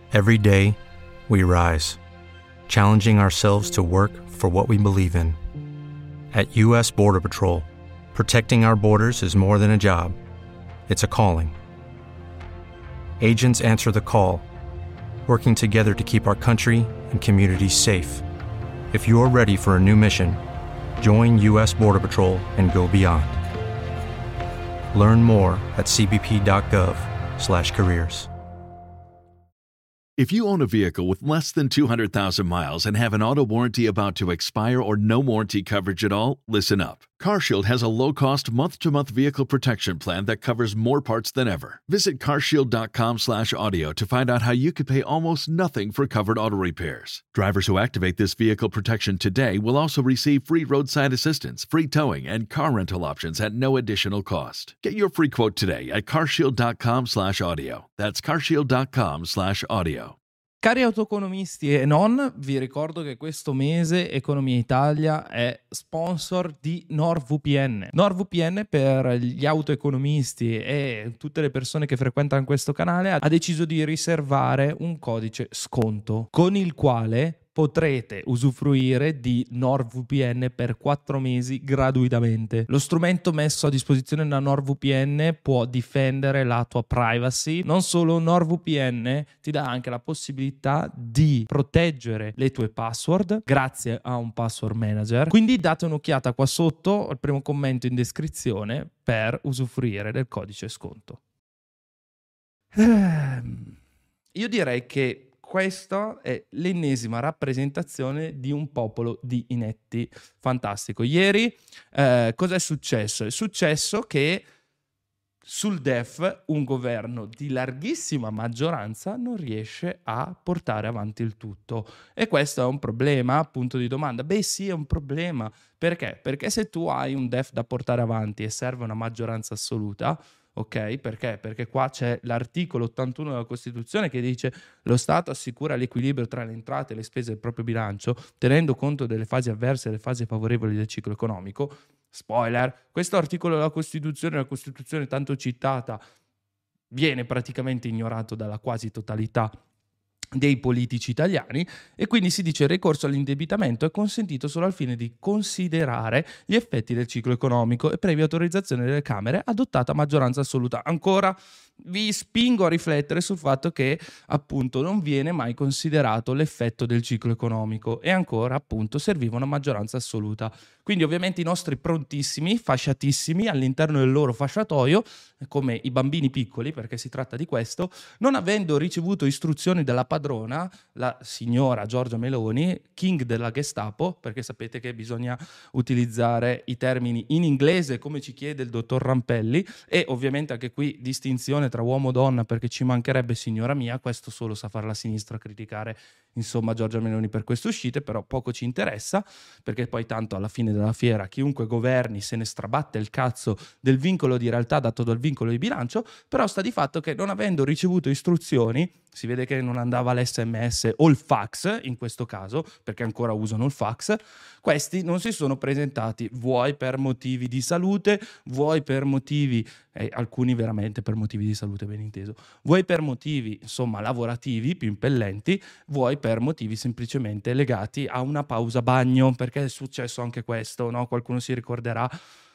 Every day, we rise, challenging ourselves to work for what we believe in. At U.S. Border Patrol, protecting our borders is more than a job, it's a calling. Agents answer the call, working together to keep our country and communities safe. If you're ready for a new mission, join U.S. Border Patrol and go beyond. Learn more at cbp.gov/careers. If you own a vehicle with less than 200,000 miles and have an auto warranty about to expire or no warranty coverage at all, listen up. CarShield has a low-cost month-to-month vehicle protection plan that covers more parts than ever. Visit carshield.com/audio to find out how you could pay almost nothing for covered auto repairs. Drivers who activate this vehicle protection today will also receive free roadside assistance, free towing, and car rental options at no additional cost. Get your free quote today at carshield.com/audio. That's carshield.com/audio. Cari autoeconomisti e non, vi ricordo che questo mese Economia Italia è sponsor di NordVPN. NordVPN, per gli autoeconomisti e tutte le persone che frequentano questo canale, ha deciso di riservare un codice sconto con il quale potrete usufruire di NordVPN per 4 mesi gratuitamente. Lo strumento messo a disposizione da NordVPN può difendere la tua privacy. Non solo, NordVPN ti dà anche la possibilità di proteggere le tue password grazie a un password manager. Quindi date un'occhiata qua sotto al primo commento in descrizione per usufruire del codice sconto. Io direi che questa è l'ennesima rappresentazione di un popolo di inetti. Fantastico. Ieri cosa è successo? È successo che sul DEF un governo di larghissima maggioranza non riesce a portare avanti il tutto. E questo è un problema? Punto di domanda. Beh sì, è un problema. Perché? Perché se tu hai un DEF da portare avanti e serve una maggioranza assoluta, ok? Perché? Perché qua c'è l'articolo 81 della Costituzione che dice: lo Stato assicura l'equilibrio tra le entrate e le spese del proprio bilancio, tenendo conto delle fasi avverse e le fasi favorevoli del ciclo economico. Spoiler, questo articolo della Costituzione, la Costituzione tanto citata, viene praticamente ignorato dalla quasi totalità dei politici italiani, e quindi si dice: il ricorso all'indebitamento è consentito solo al fine di considerare gli effetti del ciclo economico e previa autorizzazione delle Camere adottata a maggioranza assoluta. Ancora vi spingo a riflettere sul fatto che appunto non viene mai considerato l'effetto del ciclo economico e ancora appunto serviva una maggioranza assoluta. Quindi ovviamente i nostri prontissimi, fasciatissimi all'interno del loro fasciatoio, come i bambini piccoli, perché si tratta di questo, non avendo ricevuto istruzioni dalla padrona, la signora Giorgia Meloni, king della Gestapo, perché sapete che bisogna utilizzare i termini in inglese come ci chiede il dottor Rampelli, e ovviamente anche qui distinzione tra uomo e donna, perché ci mancherebbe, signora mia, questo solo sa fare la sinistra, criticare insomma Giorgia Meloni per queste uscite, però poco ci interessa, perché poi tanto alla fine della fiera chiunque governi se ne strabatte il cazzo del vincolo di realtà dato dal vincolo di bilancio. Però sta di fatto che, non avendo ricevuto istruzioni, si vede che non andava l'SMS o il fax in questo caso, perché ancora usano il fax, questi non si sono presentati, vuoi per motivi di salute, vuoi per motivi, alcuni veramente per motivi di salute ben inteso, vuoi per motivi insomma lavorativi più impellenti, vuoi per motivi semplicemente legati a una pausa bagno, perché è successo anche questo, no? Qualcuno si ricorderà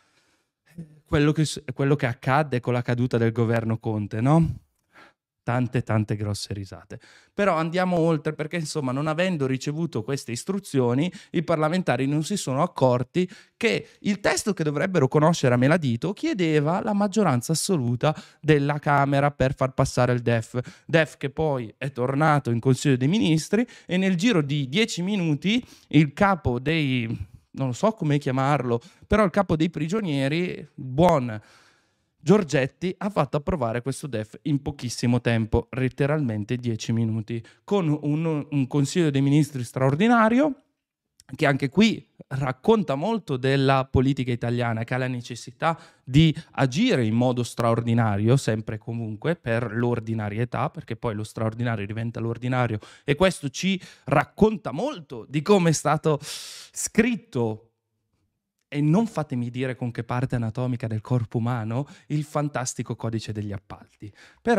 quello che accadde con la caduta del governo Conte, no? Tante grosse risate. Però andiamo oltre, perché insomma, non avendo ricevuto queste istruzioni, i parlamentari non si sono accorti che il testo che dovrebbero conoscere a menadito chiedeva la maggioranza assoluta della Camera per far passare il DEF che poi è tornato in Consiglio dei Ministri, e nel giro di 10 minuti il capo dei, non so come chiamarlo, però il capo dei prigionieri, buon Giorgetti, ha fatto approvare questo DEF in pochissimo tempo, letteralmente 10 minuti, con un Consiglio dei Ministri straordinario, che anche qui racconta molto della politica italiana, che ha la necessità di agire in modo straordinario, sempre e comunque, per l'ordinarietà, perché poi lo straordinario diventa l'ordinario, e questo ci racconta molto di come è stato scritto, e non fatemi dire con che parte anatomica del corpo umano, il fantastico codice degli appalti. Però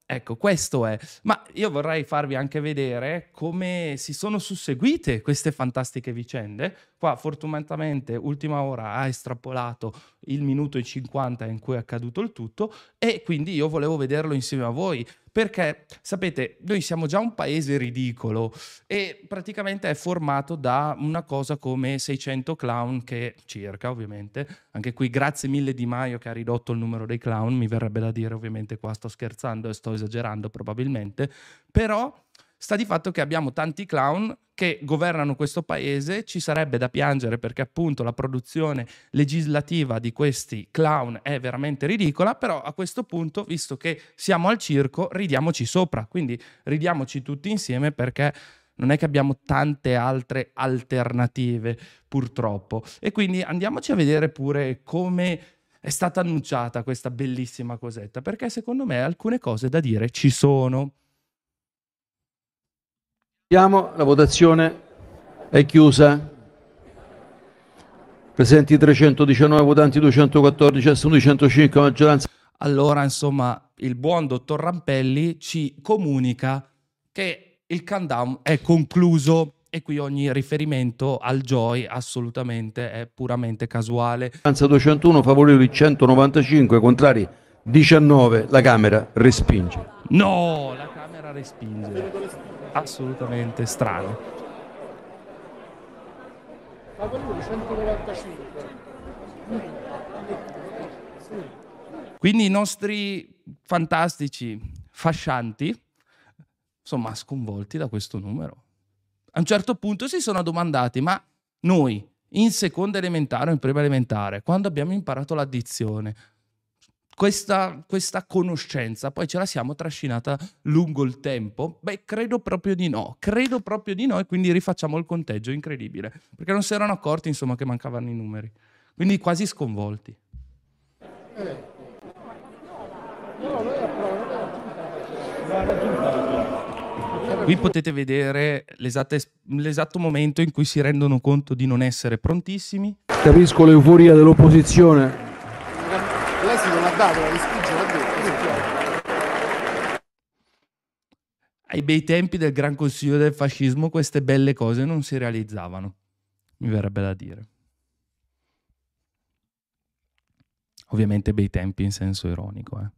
Ecco, questo è. Ma io vorrei farvi anche vedere come si sono susseguite queste fantastiche vicende. Qua fortunatamente Ultima Ora ha estrapolato il minuto e 50 in cui è accaduto il tutto e quindi io volevo vederlo insieme a voi. Perché, sapete, noi siamo già un paese ridicolo e praticamente è formato da una cosa come 600 clown che circa, ovviamente. Anche qui grazie mille Di Maio che ha ridotto il numero dei clown, mi verrebbe da dire, ovviamente qua sto scherzando e sto esagerando probabilmente, però sta di fatto che abbiamo tanti clown che governano questo paese, ci sarebbe da piangere perché appunto la produzione legislativa di questi clown è veramente ridicola, però a questo punto, visto che siamo al circo, ridiamoci sopra, quindi ridiamoci tutti insieme perché non è che abbiamo tante altre alternative purtroppo. E quindi andiamoci a vedere pure come è stata annunciata questa bellissima cosetta, perché secondo me alcune cose da dire ci sono. La votazione è chiusa. Presenti 319 votanti, 214, astenuti 105, maggioranza. Allora, insomma, il buon dottor Rampelli ci comunica che il countdown è concluso e qui ogni riferimento al Joy assolutamente è puramente casuale. 201, favorevoli 195, contrari 19, la Camera respinge. No, la Camera respinge. Assolutamente strano. Favorevoli 195. Quindi i nostri fantastici fascianti, insomma, sconvolti da questo numero. A un certo punto si sono domandati, ma noi in seconda elementare o in prima elementare, quando abbiamo imparato l'addizione, questa conoscenza poi ce la siamo trascinata lungo il tempo? Beh, credo proprio di no e quindi rifacciamo il conteggio, incredibile, perché non si erano accorti insomma che mancavano i numeri, quindi quasi sconvolti. Qui potete vedere l'esatto momento in cui si rendono conto di non essere prontissimi. Capisco l'euforia dell'opposizione. Lei si non ha dato la respinge, l'ha detto. Ai bei tempi del Gran Consiglio del Fascismo queste belle cose non si realizzavano, mi verrebbe da dire. Ovviamente bei tempi in senso ironico.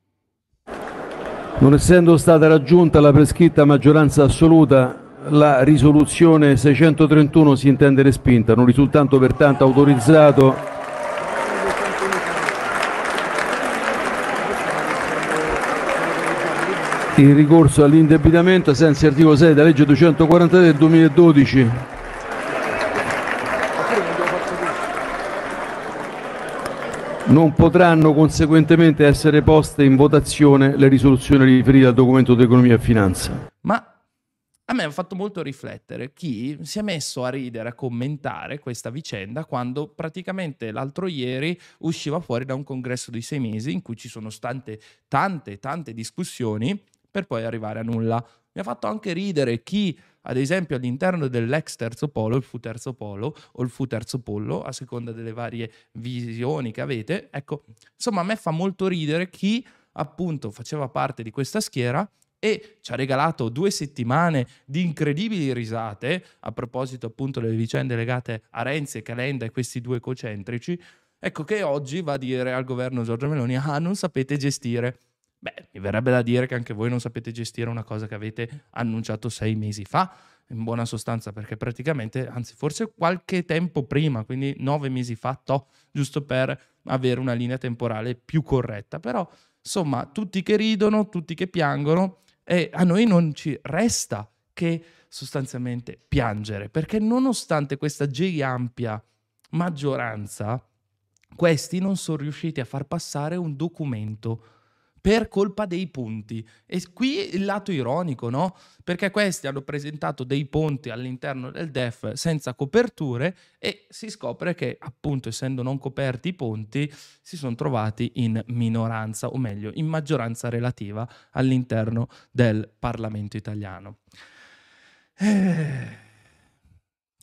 Non essendo stata raggiunta la prescritta maggioranza assoluta, la risoluzione 631 si intende respinta, non risultando pertanto autorizzato il ricorso all'indebitamento ai sensi articolo 6 della legge 243 del 2012. Non potranno conseguentemente essere poste in votazione le risoluzioni riferite al documento di economia e finanza. Ma a me ha fatto molto riflettere chi si è messo a ridere, a commentare questa vicenda quando praticamente l'altro ieri usciva fuori da un congresso di 6 mesi in cui ci sono state tante discussioni per poi arrivare a nulla. Mi ha fatto anche ridere chi, ad esempio, all'interno dell'ex terzo polo, il fu terzo polo o il fu terzo pollo, a seconda delle varie visioni che avete, ecco, insomma a me fa molto ridere chi appunto faceva parte di questa schiera e ci ha regalato 2 settimane di incredibili risate a proposito appunto delle vicende legate a Renzi e Calenda e questi 2 cocentrici, ecco che oggi va a dire al governo Giorgia Meloni non sapete gestire. Beh, mi verrebbe da dire che anche voi non sapete gestire una cosa che avete annunciato 6 mesi fa, in buona sostanza, perché praticamente, anzi forse qualche tempo prima, quindi 9 mesi fa, giusto per avere una linea temporale più corretta. Però, insomma, tutti che ridono, tutti che piangono e a noi non ci resta che sostanzialmente piangere, perché nonostante questa ampia maggioranza, questi non sono riusciti a far passare un documento per colpa dei punti. E qui il lato ironico, no? Perché questi hanno presentato dei ponti all'interno del DEF senza coperture e si scopre che, appunto, essendo non coperti i ponti, si sono trovati in minoranza, o meglio, in maggioranza relativa all'interno del Parlamento italiano.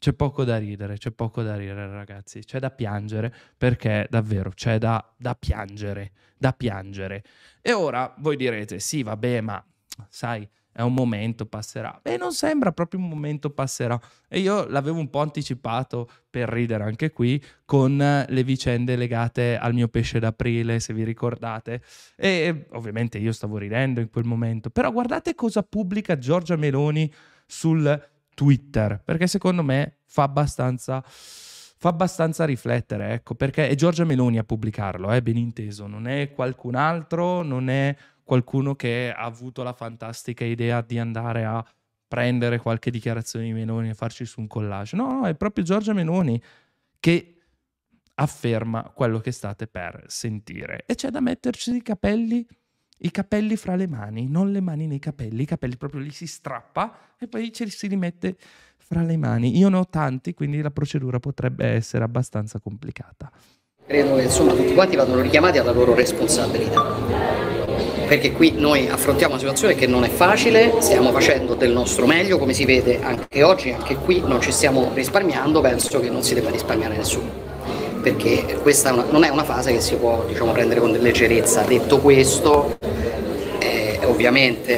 c'è poco da ridere, ragazzi, c'è da piangere, perché davvero c'è da piangere, da piangere. E ora voi direte, sì, vabbè, ma sai, è un momento, passerà. E non sembra proprio un momento, passerà. E io l'avevo un po' anticipato, per ridere anche qui, con le vicende legate al mio pesce d'aprile, se vi ricordate. E ovviamente io stavo ridendo in quel momento, però guardate cosa pubblica Giorgia Meloni sul Twitter, perché secondo me fa abbastanza riflettere, ecco, perché è Giorgia Meloni a pubblicarlo, ben inteso, non è qualcun altro, non è qualcuno che ha avuto la fantastica idea di andare a prendere qualche dichiarazione di Meloni e farci su un collage. No, è proprio Giorgia Meloni che afferma quello che state per sentire. E c'è da metterci i capelli fra le mani, non le mani nei capelli, i capelli proprio li si strappa e poi ce li si rimette fra le mani. Io ne ho tanti, quindi la procedura potrebbe essere abbastanza complicata. Credo che insomma tutti quanti vadano richiamati alla loro responsabilità, perché qui noi affrontiamo una situazione che non è facile, stiamo facendo del nostro meglio, come si vede anche oggi, anche qui non ci stiamo risparmiando, penso che non si debba risparmiare nessuno, perché questa non è una fase che si può, diciamo, prendere con leggerezza. Detto questo, ovviamente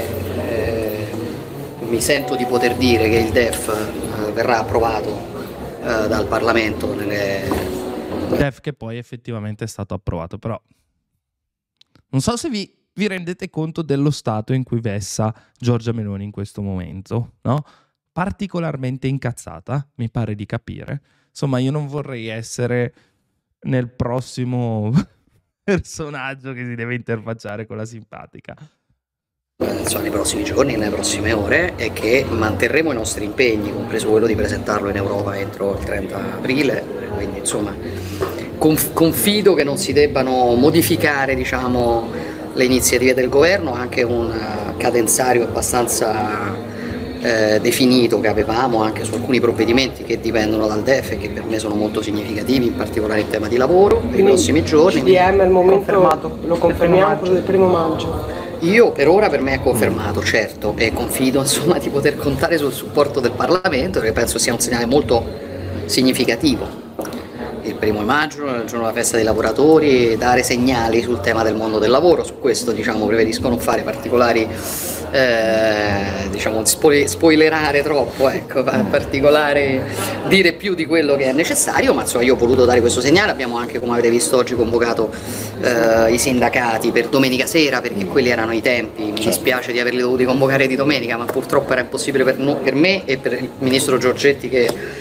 mi sento di poter dire che il DEF verrà approvato dal Parlamento DEF che poi effettivamente è stato approvato, però non so se vi rendete conto dello stato in cui vessa Giorgia Meloni in questo momento, no? Particolarmente incazzata, mi pare di capire. Insomma, io non vorrei essere nel prossimo personaggio che si deve interfacciare con la simpatica. Nei prossimi giorni, nelle prossime ore, è che manterremo i nostri impegni, compreso quello di presentarlo in Europa entro il 30 aprile, quindi insomma confido che non si debbano modificare, diciamo, le iniziative del governo, anche un cadenzario abbastanza definito che avevamo anche su alcuni provvedimenti che dipendono dal DEF e che per me sono molto significativi, in particolare in tema di lavoro, nei prossimi giorni. CDM al momento lo confermiamo per il 1° maggio. Io per ora per me è confermato, certo, e confido insomma di poter contare sul supporto del Parlamento, perché penso sia un segnale molto significativo. Il 1° maggio, il giorno della festa dei lavoratori, dare segnali sul tema del mondo del lavoro, su questo diciamo preferisco non fare particolari, diciamo spoilerare troppo, ecco, particolare, dire più di quello che è necessario, ma insomma io ho voluto dare questo segnale. Abbiamo anche, come avete visto oggi, convocato i sindacati per domenica sera, perché quelli erano i tempi. Mi dispiace di averli dovuti convocare di domenica, ma purtroppo era impossibile per me e per il ministro Giorgetti, che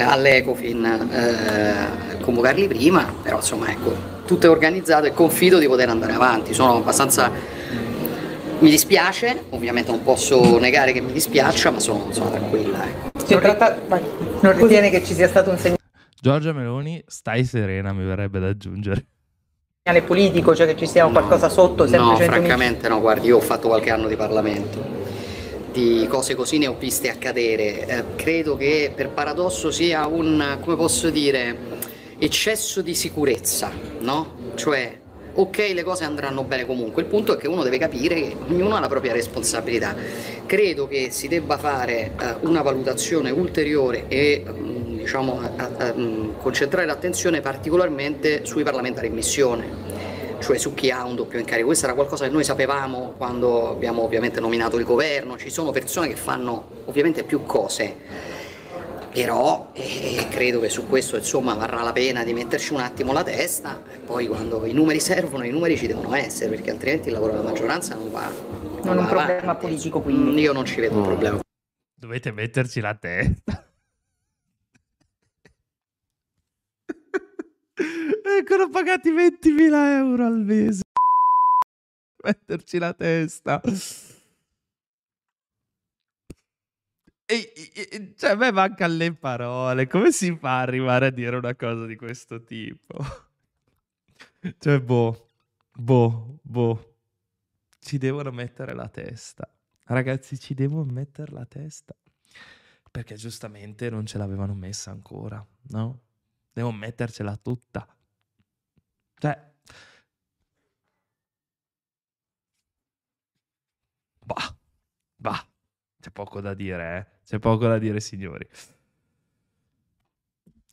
all'Ecofin convocarli prima, però insomma ecco, tutto è organizzato e confido di poter andare avanti. Sono abbastanza, mi dispiace, ovviamente non posso negare che mi dispiaccia, ma sono tranquilla, ecco. Non ritiene che ci sia stato un Giorgia Meloni, stai serena, mi verrebbe da aggiungere. segnale politico, cioè che ci sia qualcosa sotto? No, francamente no, guardi, io ho fatto qualche anno di Parlamento, di cose così ne ho viste accadere. Credo che per paradosso sia un, come posso dire, eccesso di sicurezza, no? Cioè, ok, le cose andranno bene comunque, il punto è che uno deve capire che ognuno ha la propria responsabilità. Credo che si debba fare una valutazione ulteriore e diciamo concentrare l'attenzione particolarmente sui parlamentari in missione, cioè su chi ha un doppio incarico. Questo era qualcosa che noi sapevamo quando abbiamo ovviamente nominato il governo. Ci sono persone che fanno ovviamente più cose, però credo che su questo insomma varrà la pena di metterci un attimo la testa, e poi quando i numeri servono, i numeri ci devono essere, perché altrimenti il lavoro della maggioranza non va. Non è un problema politico, quindi. Io non ci vedo un problema. Dovete metterci la testa. Ancora pagati 20.000 euro al mese. Metterci la testa. Cioè, a me mancano le parole. Come si fa ad arrivare a dire una cosa di questo tipo? Cioè, boh. Ci devono mettere la testa. Ragazzi, ci devono mettere la testa. Perché giustamente non ce l'avevano messa ancora, no? Devo mettercela tutta. Cioè, bah, c'è poco da dire, C'è poco da dire, signori.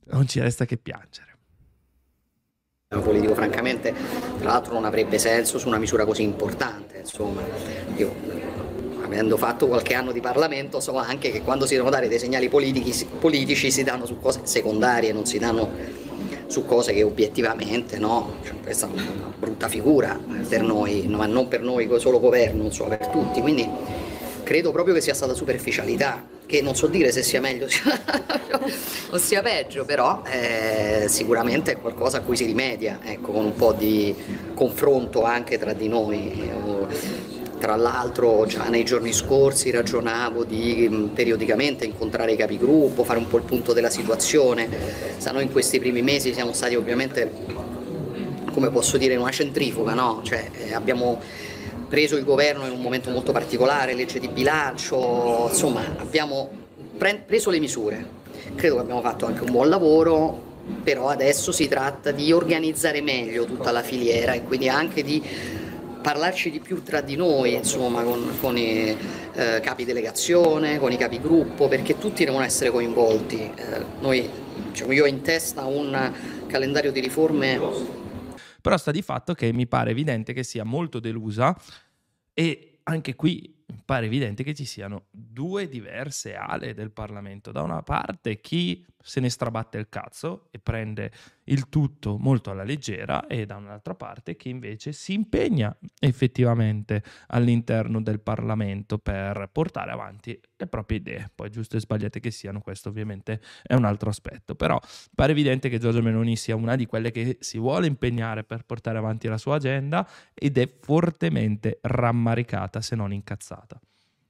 non ci resta che piangere. Politico, francamente, tra l'altro non avrebbe senso su una misura così importante. Insomma, io, avendo fatto qualche anno di Parlamento, so anche che quando si devono dare dei segnali politici si danno su cose secondarie, non si danno su cose che obiettivamente, no, cioè, questa è una brutta figura per noi, ma non per noi solo governo, insomma, per tutti. Quindi credo proprio che sia stata superficialità, che non so dire se sia meglio o sia peggio, però sicuramente è qualcosa a cui si rimedia, ecco, con un po' di confronto anche tra di noi. Tra l'altro già nei giorni scorsi ragionavo di periodicamente incontrare i capigruppo, fare un po' il punto della situazione. Noi in questi primi mesi siamo stati ovviamente, come posso dire, in una centrifuga, no? Cioè, abbiamo preso il governo in un momento molto particolare, legge di bilancio, insomma abbiamo preso le misure. Credo che abbiamo fatto anche un buon lavoro, però adesso si tratta di organizzare meglio tutta la filiera e quindi anche di parlarci di più tra di noi, insomma, con i capi delegazione, con i capigruppo, perché tutti devono essere coinvolti. Diciamo, io ho in testa un calendario di riforme. Però sta di fatto che mi pare evidente che sia molto delusa e anche qui mi pare evidente che ci siano due diverse ale del Parlamento. Da una parte chi se ne strabatte il cazzo e prende il tutto molto alla leggera e da un'altra parte chi invece si impegna effettivamente all'interno del Parlamento per portare avanti le proprie idee. Poi giuste e sbagliate che siano, questo ovviamente è un altro aspetto, però pare evidente che Giorgia Meloni sia una di quelle che si vuole impegnare per portare avanti la sua agenda ed è fortemente rammaricata se non incazzata.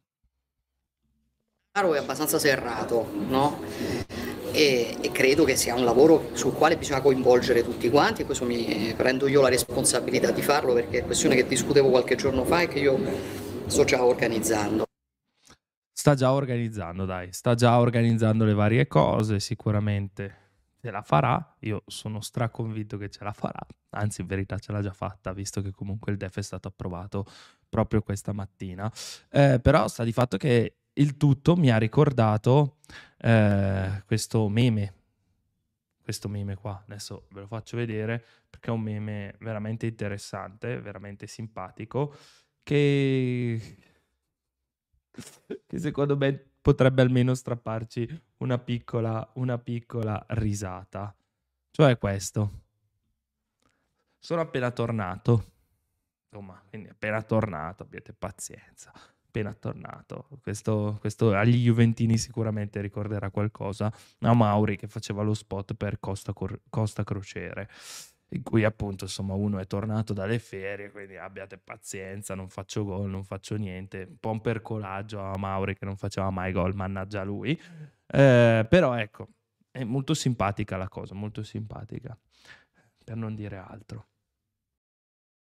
È abbastanza serrato, no? E credo che sia un lavoro sul quale bisogna coinvolgere tutti quanti e questo mi prendo io la responsabilità di farlo perché è questione che discutevo qualche giorno fa e che io sto già organizzando. Sta già organizzando le varie cose, sicuramente ce la farà, io sono straconvinto che ce la farà, anzi in verità ce l'ha già fatta visto che comunque il DEF è stato approvato proprio questa mattina, però sta di fatto che il tutto mi ha ricordato questo meme qua, adesso ve lo faccio vedere perché è un meme veramente interessante, veramente simpatico, che secondo me potrebbe almeno strapparci una piccola risata. Cioè questo. Sono appena tornato. Insomma, quindi appena tornato, abbiate pazienza. Appena tornato. Questo agli juventini sicuramente ricorderà qualcosa. A Mauri che faceva lo spot per Costa Crociere, in cui appunto insomma uno è tornato dalle ferie, quindi abbiate pazienza, non faccio gol, non faccio niente, un po' un percolaggio a Mauri che non faceva mai gol, mannaggia lui, però ecco, è molto simpatica la cosa, molto simpatica, per non dire altro.